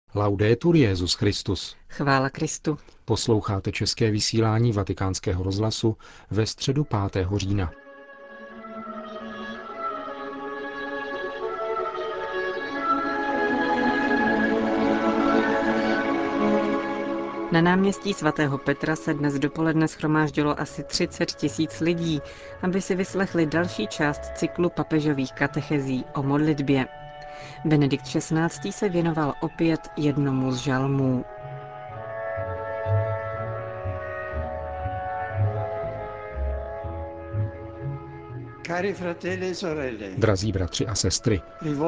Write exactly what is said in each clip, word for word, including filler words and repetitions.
Laudetur Jesus Christus. Chvála Kristu. Posloucháte české vysílání Vatikánského rozhlasu ve středu pátého října. Na náměstí svatého Petra se dnes dopoledne shromáždilo asi třicet tisíc lidí, aby si vyslechli další část cyklu papežových katechezí o modlitbě. Benedikt šestnáctý se věnoval opět jednomu z žalmů. Drazí bratři a sestry,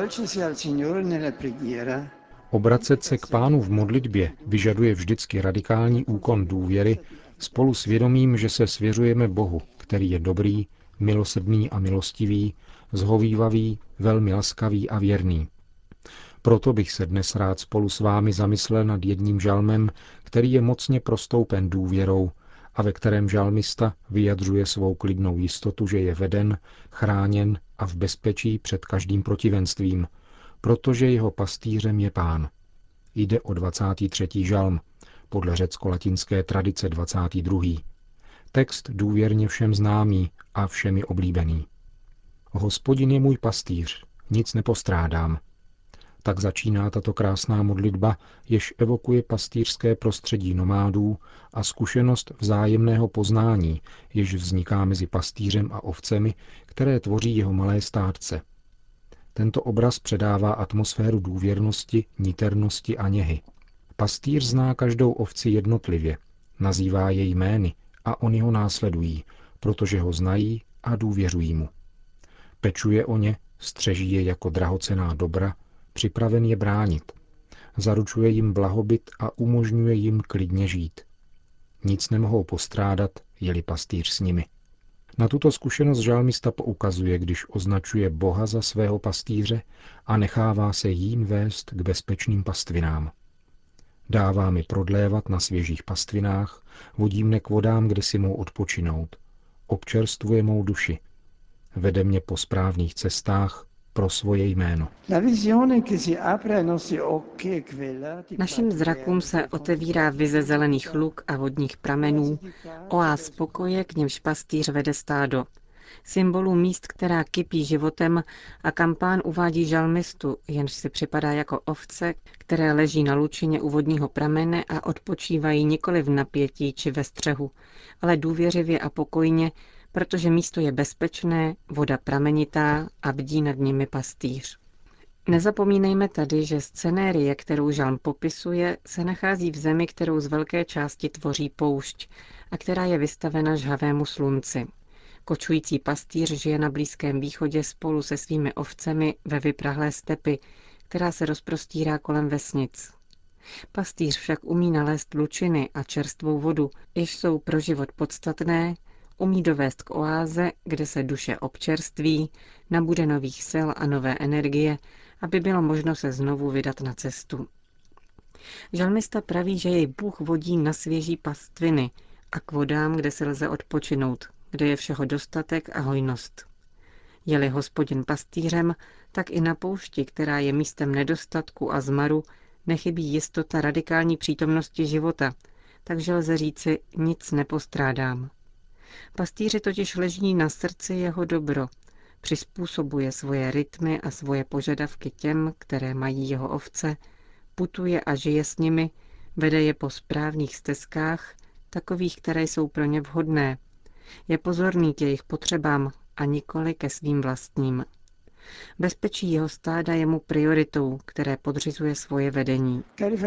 obracet se k Pánu v modlitbě vyžaduje vždycky radikální úkon důvěry spolu s vědomím, že se svěřujeme Bohu, který je dobrý, milosrdný a milostivý, zhovívavý, velmi laskavý a věrný. Proto bych se dnes rád spolu s vámi zamyslel nad jedním žalmem, který je mocně prostoupen důvěrou a ve kterém žalmista vyjadřuje svou klidnou jistotu, že je veden, chráněn a v bezpečí před každým protivenstvím, protože jeho pastýřem je Pán. Jde o dvacátý třetí žalm, podle řecko-latinské tradice dvacátý druhý Text důvěrně všem známý a všemi oblíbený. Hospodin je můj pastýř, nic nepostrádám. Tak začíná tato krásná modlitba, jež evokuje pastýřské prostředí nomádů a zkušenost vzájemného poznání, jež vzniká mezi pastýřem a ovcemi, které tvoří jeho malé stádce. Tento obraz předává atmosféru důvěrnosti, niternosti a něhy. Pastýř zná každou ovci jednotlivě, nazývá jej jmény a oni ho následují, protože ho znají a důvěřují mu. Pečuje o ně, střeží je jako drahocenná dobra, připraven je bránit. Zaručuje jim blahobyt a umožňuje jim klidně žít. Nic nemohou postrádat, je-li pastýř s nimi. Na tuto zkušenost žalmista poukazuje, když označuje Boha za svého pastýře a nechává se jím vést k bezpečným pastvinám. Dává mi prodlévat na svěžích pastvinách, vodí mne k vodám, kde si mou odpočinout. Občerstvuje mou duši. Vede mě po správných cestách pro svoje jméno. Našim zrakům se otevírá vize zelených luk a vodních pramenů, oáz pokoje, k němž pastýř vede stádo, symbolů míst, která kypí životem a kam Pán uvádí žalmistu, jenž si připadá jako ovce, které leží na lučině u vodního pramene a odpočívají nikoli v napětí či ve střehu, ale důvěřivě a pokojně, protože místo je bezpečné, voda pramenitá a bdí nad nimi pastýř. Nezapomínejme tady, že scenérie, kterou žalm popisuje, se nachází v zemi, kterou z velké části tvoří poušť a která je vystavena žhavému slunci. Kočující pastýř žije na Blízkém východě spolu se svými ovcemi ve vyprahlé stepi, která se rozprostírá kolem vesnic. Pastýř však umí nalézt lučiny a čerstvou vodu, jež jsou pro život podstatné, umí dovést k oáze, kde se duše občerství, nabude nových sil a nové energie, aby bylo možno se znovu vydat na cestu. Žalmista praví, že jej Bůh vodí na svěží pastviny a k vodám, kde se lze odpočinout, kde je všeho dostatek a hojnost. Je-li Hospodin pastýřem, tak i na poušti, která je místem nedostatku a zmaru, nechybí jistota radikální přítomnosti života, takže lze říci, nic nepostrádám. Pastýři totiž leží na srdci jeho dobro, přizpůsobuje svoje rytmy a svoje požadavky těm, které mají jeho ovce, putuje a žije s nimi, vede je po správných stezkách, takových, které jsou pro ně vhodné. Je pozorný k jejich potřebám a nikoli ke svým vlastním. Bezpečí jeho stáda je mu prioritou, které podřizuje svoje vedení.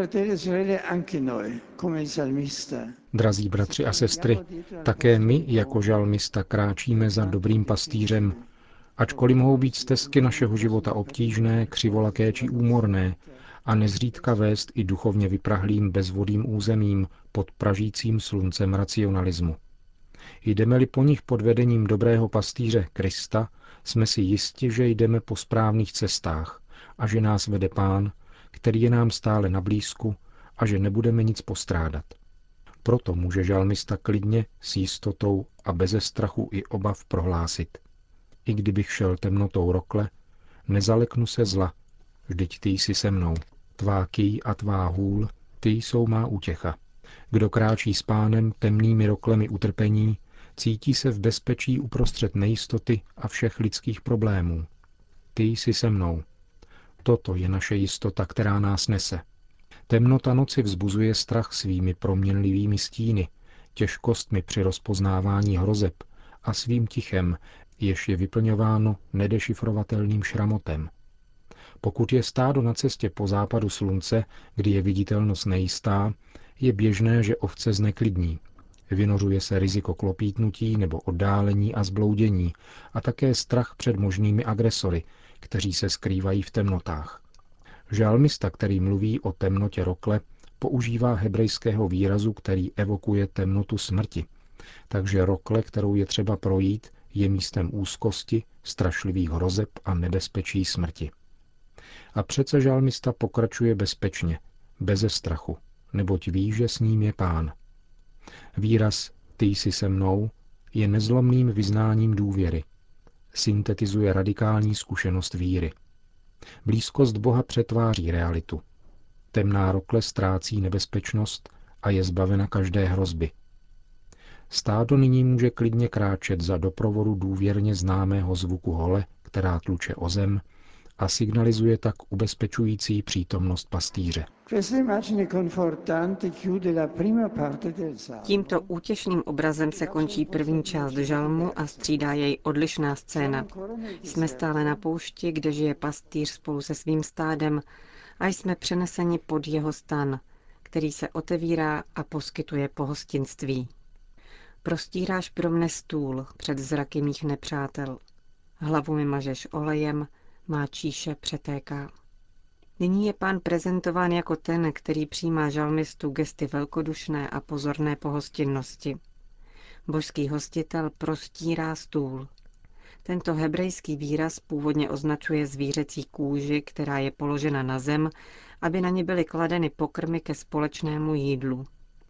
Drazí bratři a sestry, také my jako žalmista kráčíme za dobrým pastýřem, ačkoliv mohou být stezky našeho života obtížné, křivolaké či úmorné a nezřídka vést i duchovně vyprahlým bezvodým územím pod pražícím sluncem racionalismu. Jdeme-li po nich pod vedením dobrého pastýře Krista, jsme si jisti, že jdeme po správných cestách a že nás vede Pán, který je nám stále na blízku a že nebudeme nic postrádat. Proto může žalmista klidně, s jistotou a beze strachu i obav prohlásit. I kdybych šel temnotou rokle, nezaleknu se zla, vždyť ty jsi se mnou. Tvá kýj a tvá hůl, ty jsou má útěcha. Kdo kráčí s Pánem temnými roklemi utrpení, cítí se v bezpečí uprostřed nejistoty a všech lidských problémů. Ty jsi se mnou. Toto je naše jistota, která nás nese. Temnota noci vzbuzuje strach svými proměnlivými stíny, těžkostmi při rozpoznávání hrozeb a svým tichem, jež je vyplňováno nedešifrovatelným šramotem. Pokud je stádo na cestě po západu slunce, kdy je viditelnost nejistá, je běžné, že ovce zneklidní. Vynořuje se riziko klopítnutí nebo oddálení a zbloudění a také strach před možnými agresory, kteří se skrývají v temnotách. Žalmista, který mluví o temnotě rokle, používá hebrejského výrazu, který evokuje temnotu smrti. Takže rokle, kterou je třeba projít, je místem úzkosti, strašlivých hrozeb a nebezpečí smrti. A přece žalmista pokračuje bezpečně, beze strachu, neboť ví, že s ním je Pán. Výraz ty jsi se mnou je nezlomným vyznáním důvěry. Syntetizuje radikální zkušenost víry. Blízkost Boha přetváří realitu. Temná rokle ztrácí nebezpečnost a je zbavena každé hrozby. Stádo nyní může klidně kráčet za doprovodu důvěrně známého zvuku hole, která tluče o zem, a signalizuje tak ubezpečující přítomnost pastýře. Tímto útěšným obrazem se končí první část žalmu a střídá jej odlišná scéna. Jsme stále na poušti, kde žije pastýř spolu se svým stádem a jsme přeneseni pod jeho stan, který se otevírá a poskytuje pohostinství. Prostíráš pro mne stůl před zraky mých nepřátel. Hlavu mi mažeš olejem, má číše přetéká. Nyní je Pán prezentován jako ten, který přijímá žalmistu gesty velkodušné a pozorné pohostinnosti. Božský hostitel prostírá stůl. Tento hebrejský výraz původně označuje zvířecí kůži, která je položena na zem, aby na ní byly kladeny pokrmy ke společnému jídlu.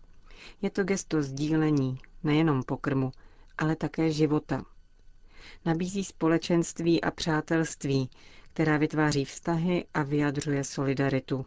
Je to gesto sdílení, nejenom pokrmu, ale také života. Nabízí společenství a přátelství, která vytváří vztahy a vyjadřuje solidaritu.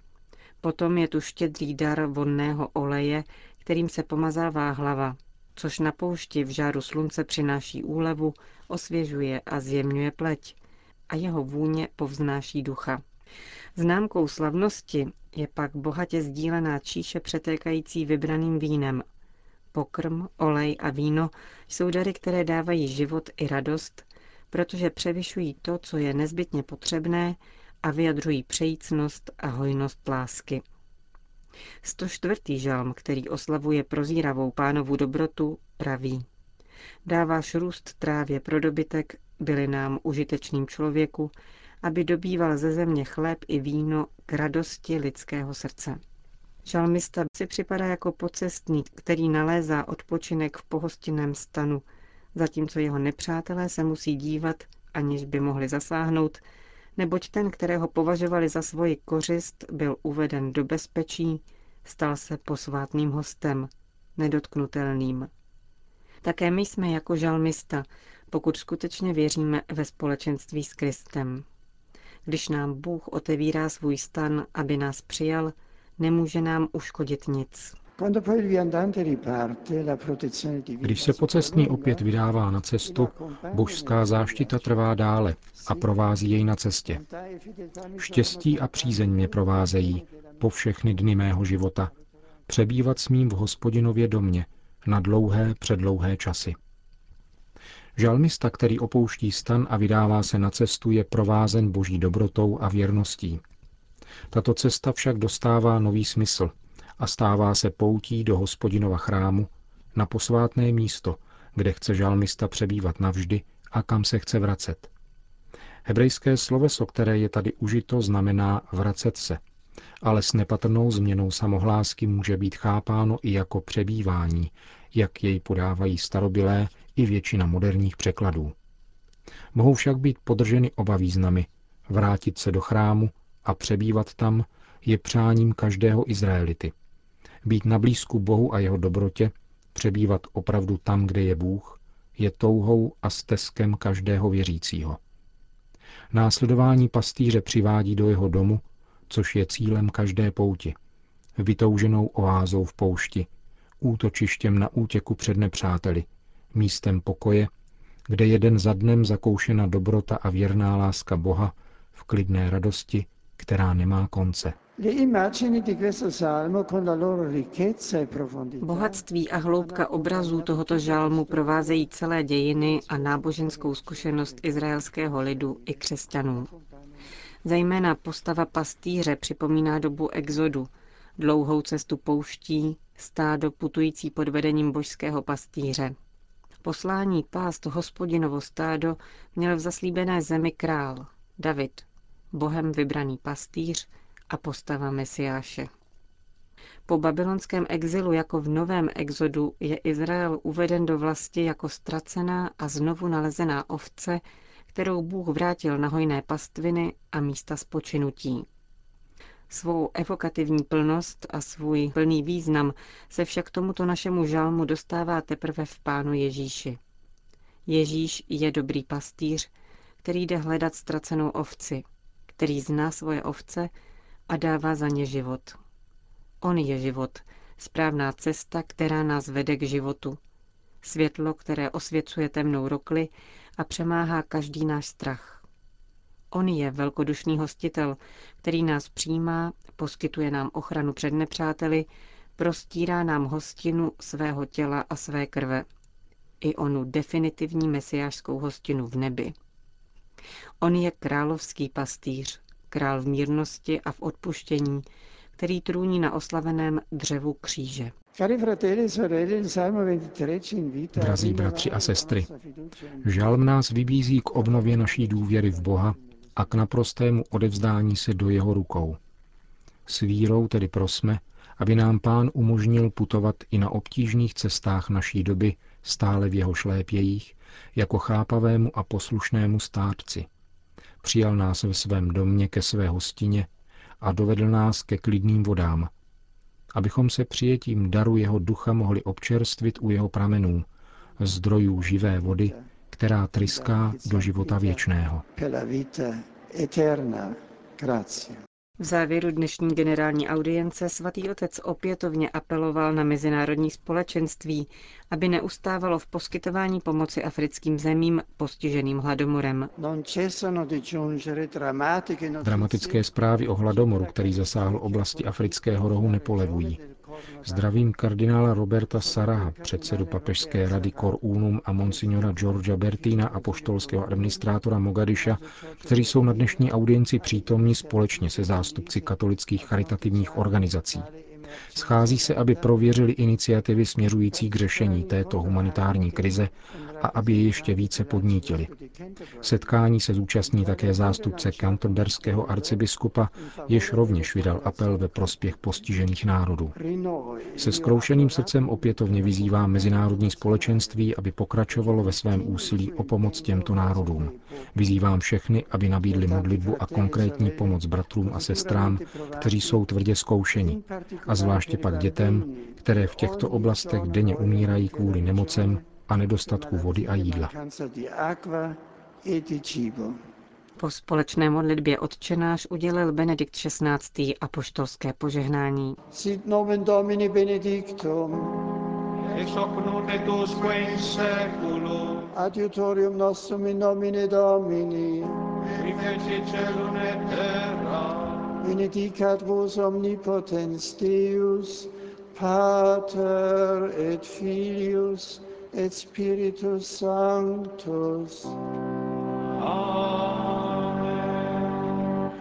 Potom je tu štědrý dar vonného oleje, kterým se pomazává hlava, což na poušti v žáru slunce přináší úlevu, osvěžuje a zjemňuje pleť a jeho vůně povznáší ducha. Známkou slavnosti je pak bohatě sdílená číše přetékající vybraným vínem. Pokrm, olej a víno jsou dary, které dávají život i radost, protože převyšují to, co je nezbytně potřebné a vyjadřují přejícnost a hojnost lásky. sto čtvrtý žalm, který oslavuje prozíravou Pánovu dobrotu, praví: Dáváš růst trávě pro dobytek, bylinám užitečným člověku, aby dobýval ze země chléb i víno k radosti lidského srdce. Žalmista si připadá jako pocestník, který nalézá odpočinek v pohostinném stanu, zatímco jeho nepřátelé se musí dívat, aniž by mohli zasáhnout, neboť ten, kterého považovali za svoji kořist, byl uveden do bezpečí, stal se posvátným hostem, nedotknutelným. Také my jsme jako žalmista, pokud skutečně věříme ve společenství s Kristem. Když nám Bůh otevírá svůj stan, aby nás přijal, nemůže nám uškodit nic. Když se pocestný opět vydává na cestu, božská záštita trvá dále a provází jej na cestě. Štěstí a přízeň mě provázejí po všechny dny mého života. Přebývat smím v Hospodinově domě na dlouhé předlouhé časy. Žalmista, který opouští stan a vydává se na cestu, je provázen boží dobrotou a věrností. Tato cesta však dostává nový smysl a stává se poutí do Hospodinova chrámu, na posvátné místo, kde chce žalmista přebývat navždy a kam se chce vracet. Hebrejské sloveso, které je tady užito, znamená vracet se, ale s nepatrnou změnou samohlásky může být chápáno i jako přebývání, jak jej podávají starobylé i většina moderních překladů. Mohou však být podrženy oba významy. Vrátit se do chrámu a přebývat tam je přáním každého Izraelity. Být na blízku Bohu a jeho dobrotě, přebývat opravdu tam, kde je Bůh, je touhou a steskem každého věřícího. Následování pastýře přivádí do jeho domu, což je cílem každé pouti. Vytouženou oázou v poušti, útočištěm na útěku před nepřáteli, místem pokoje, kde jeden za dnem zakoušena dobrota a věrná láska Boha v klidné radosti, která nemá konce. Bohatství a hloubka obrazů tohoto žalmu provázejí celé dějiny a náboženskou zkušenost izraelského lidu i křesťanů. Zejména postava pastýře připomíná dobu exodu, dlouhou cestu pouští, stádo putující pod vedením božského pastýře. Poslání pást Hospodinovo stádo měl v zaslíbené zemi král, David, Bohem vybraný pastýř a postava Mesiáše. Po babylonském exilu jako v novém exodu je Izrael uveden do vlasti jako ztracená a znovu nalezená ovce, kterou Bůh vrátil na hojné pastviny a místa spočinutí. Svou evokativní plnost a svůj plný význam se však tomuto našemu žalmu dostává teprve v Pánu Ježíši. Ježíš je dobrý pastýř, který jde hledat ztracenou ovci, který zná svoje ovce a dává za ně život. On je život, správná cesta, která nás vede k životu. Světlo, které osvěcuje temnou rokli a přemáhá každý náš strach. On je velkodušný hostitel, který nás přijímá, poskytuje nám ochranu před nepřáteli, prostírá nám hostinu svého těla a své krve. I onu definitivní mesiášskou hostinu v nebi. On je královský pastýř, král v mírnosti a v odpuštění, který trůní na oslaveném dřevu kříže. Drazí bratři a sestry, žalm nás vybízí k obnově naší důvěry v Boha a k naprostému odevzdání se do jeho rukou. S vírou tedy prosme, aby nám Pán umožnil putovat i na obtížných cestách naší doby stále v jeho šlépějích, jako chápavému a poslušnému státci. Přijal nás ve svém domě ke své hostině a dovedl nás ke klidným vodám, abychom se přijetím daru jeho ducha mohli občerstvit u jeho pramenů, zdrojů živé vody, která tryská do života věčného. V závěru dnešní generální audience svatý otec opětovně apeloval na mezinárodní společenství, aby neustávalo v poskytování pomoci africkým zemím postiženým hladomorem. Dramatické zprávy o hladomoru, který zasáhl oblasti afrického rohu, nepolevují. Zdravím kardinála Roberta Saraha, předsedu papežské rady Cor Unum a monsignora Georgia Bertina, apoštolského administrátora Mogadiša, kteří jsou na dnešní audienci přítomni společně se zástupci katolických charitativních organizací. Schází se, aby prověřili iniciativy směřující k řešení této humanitární krize a aby je ještě více podnítili. Setkání se zúčastní také zástupce canterberského arcibiskupa, jež rovněž vydal apel ve prospěch postižených národů. Se zkroušeným srdcem opětovně vyzývá mezinárodní společenství, aby pokračovalo ve svém úsilí o pomoc těmto národům. Vyzývám všechny, aby nabídli modlitbu a konkrétní pomoc bratrům a sestrám, kteří jsou tvrdě zkoušeni, a zvláště pak dětem, které v těchto oblastech denně umírají kvůli nemocem a nedostatku vody a jídla. Po společné modlitbě Otčenáš udělil Benedikt šestnáctý apoštolské požehnání. Sit nomen Domini benedictum, ex hoc nunc et usque in seculum, adiutorium nostrum in nomine Domini, qui fecit caelum et terra, benedicat vos omnipotens Deus, Pater et Filius et Spiritus Sanctus. Amen.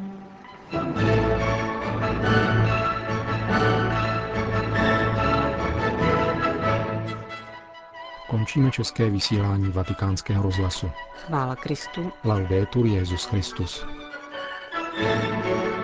Končíme české vysílání Vatikánského rozhlasu. Chvála Kristu. Laudetur Jesus Christus. Thank you.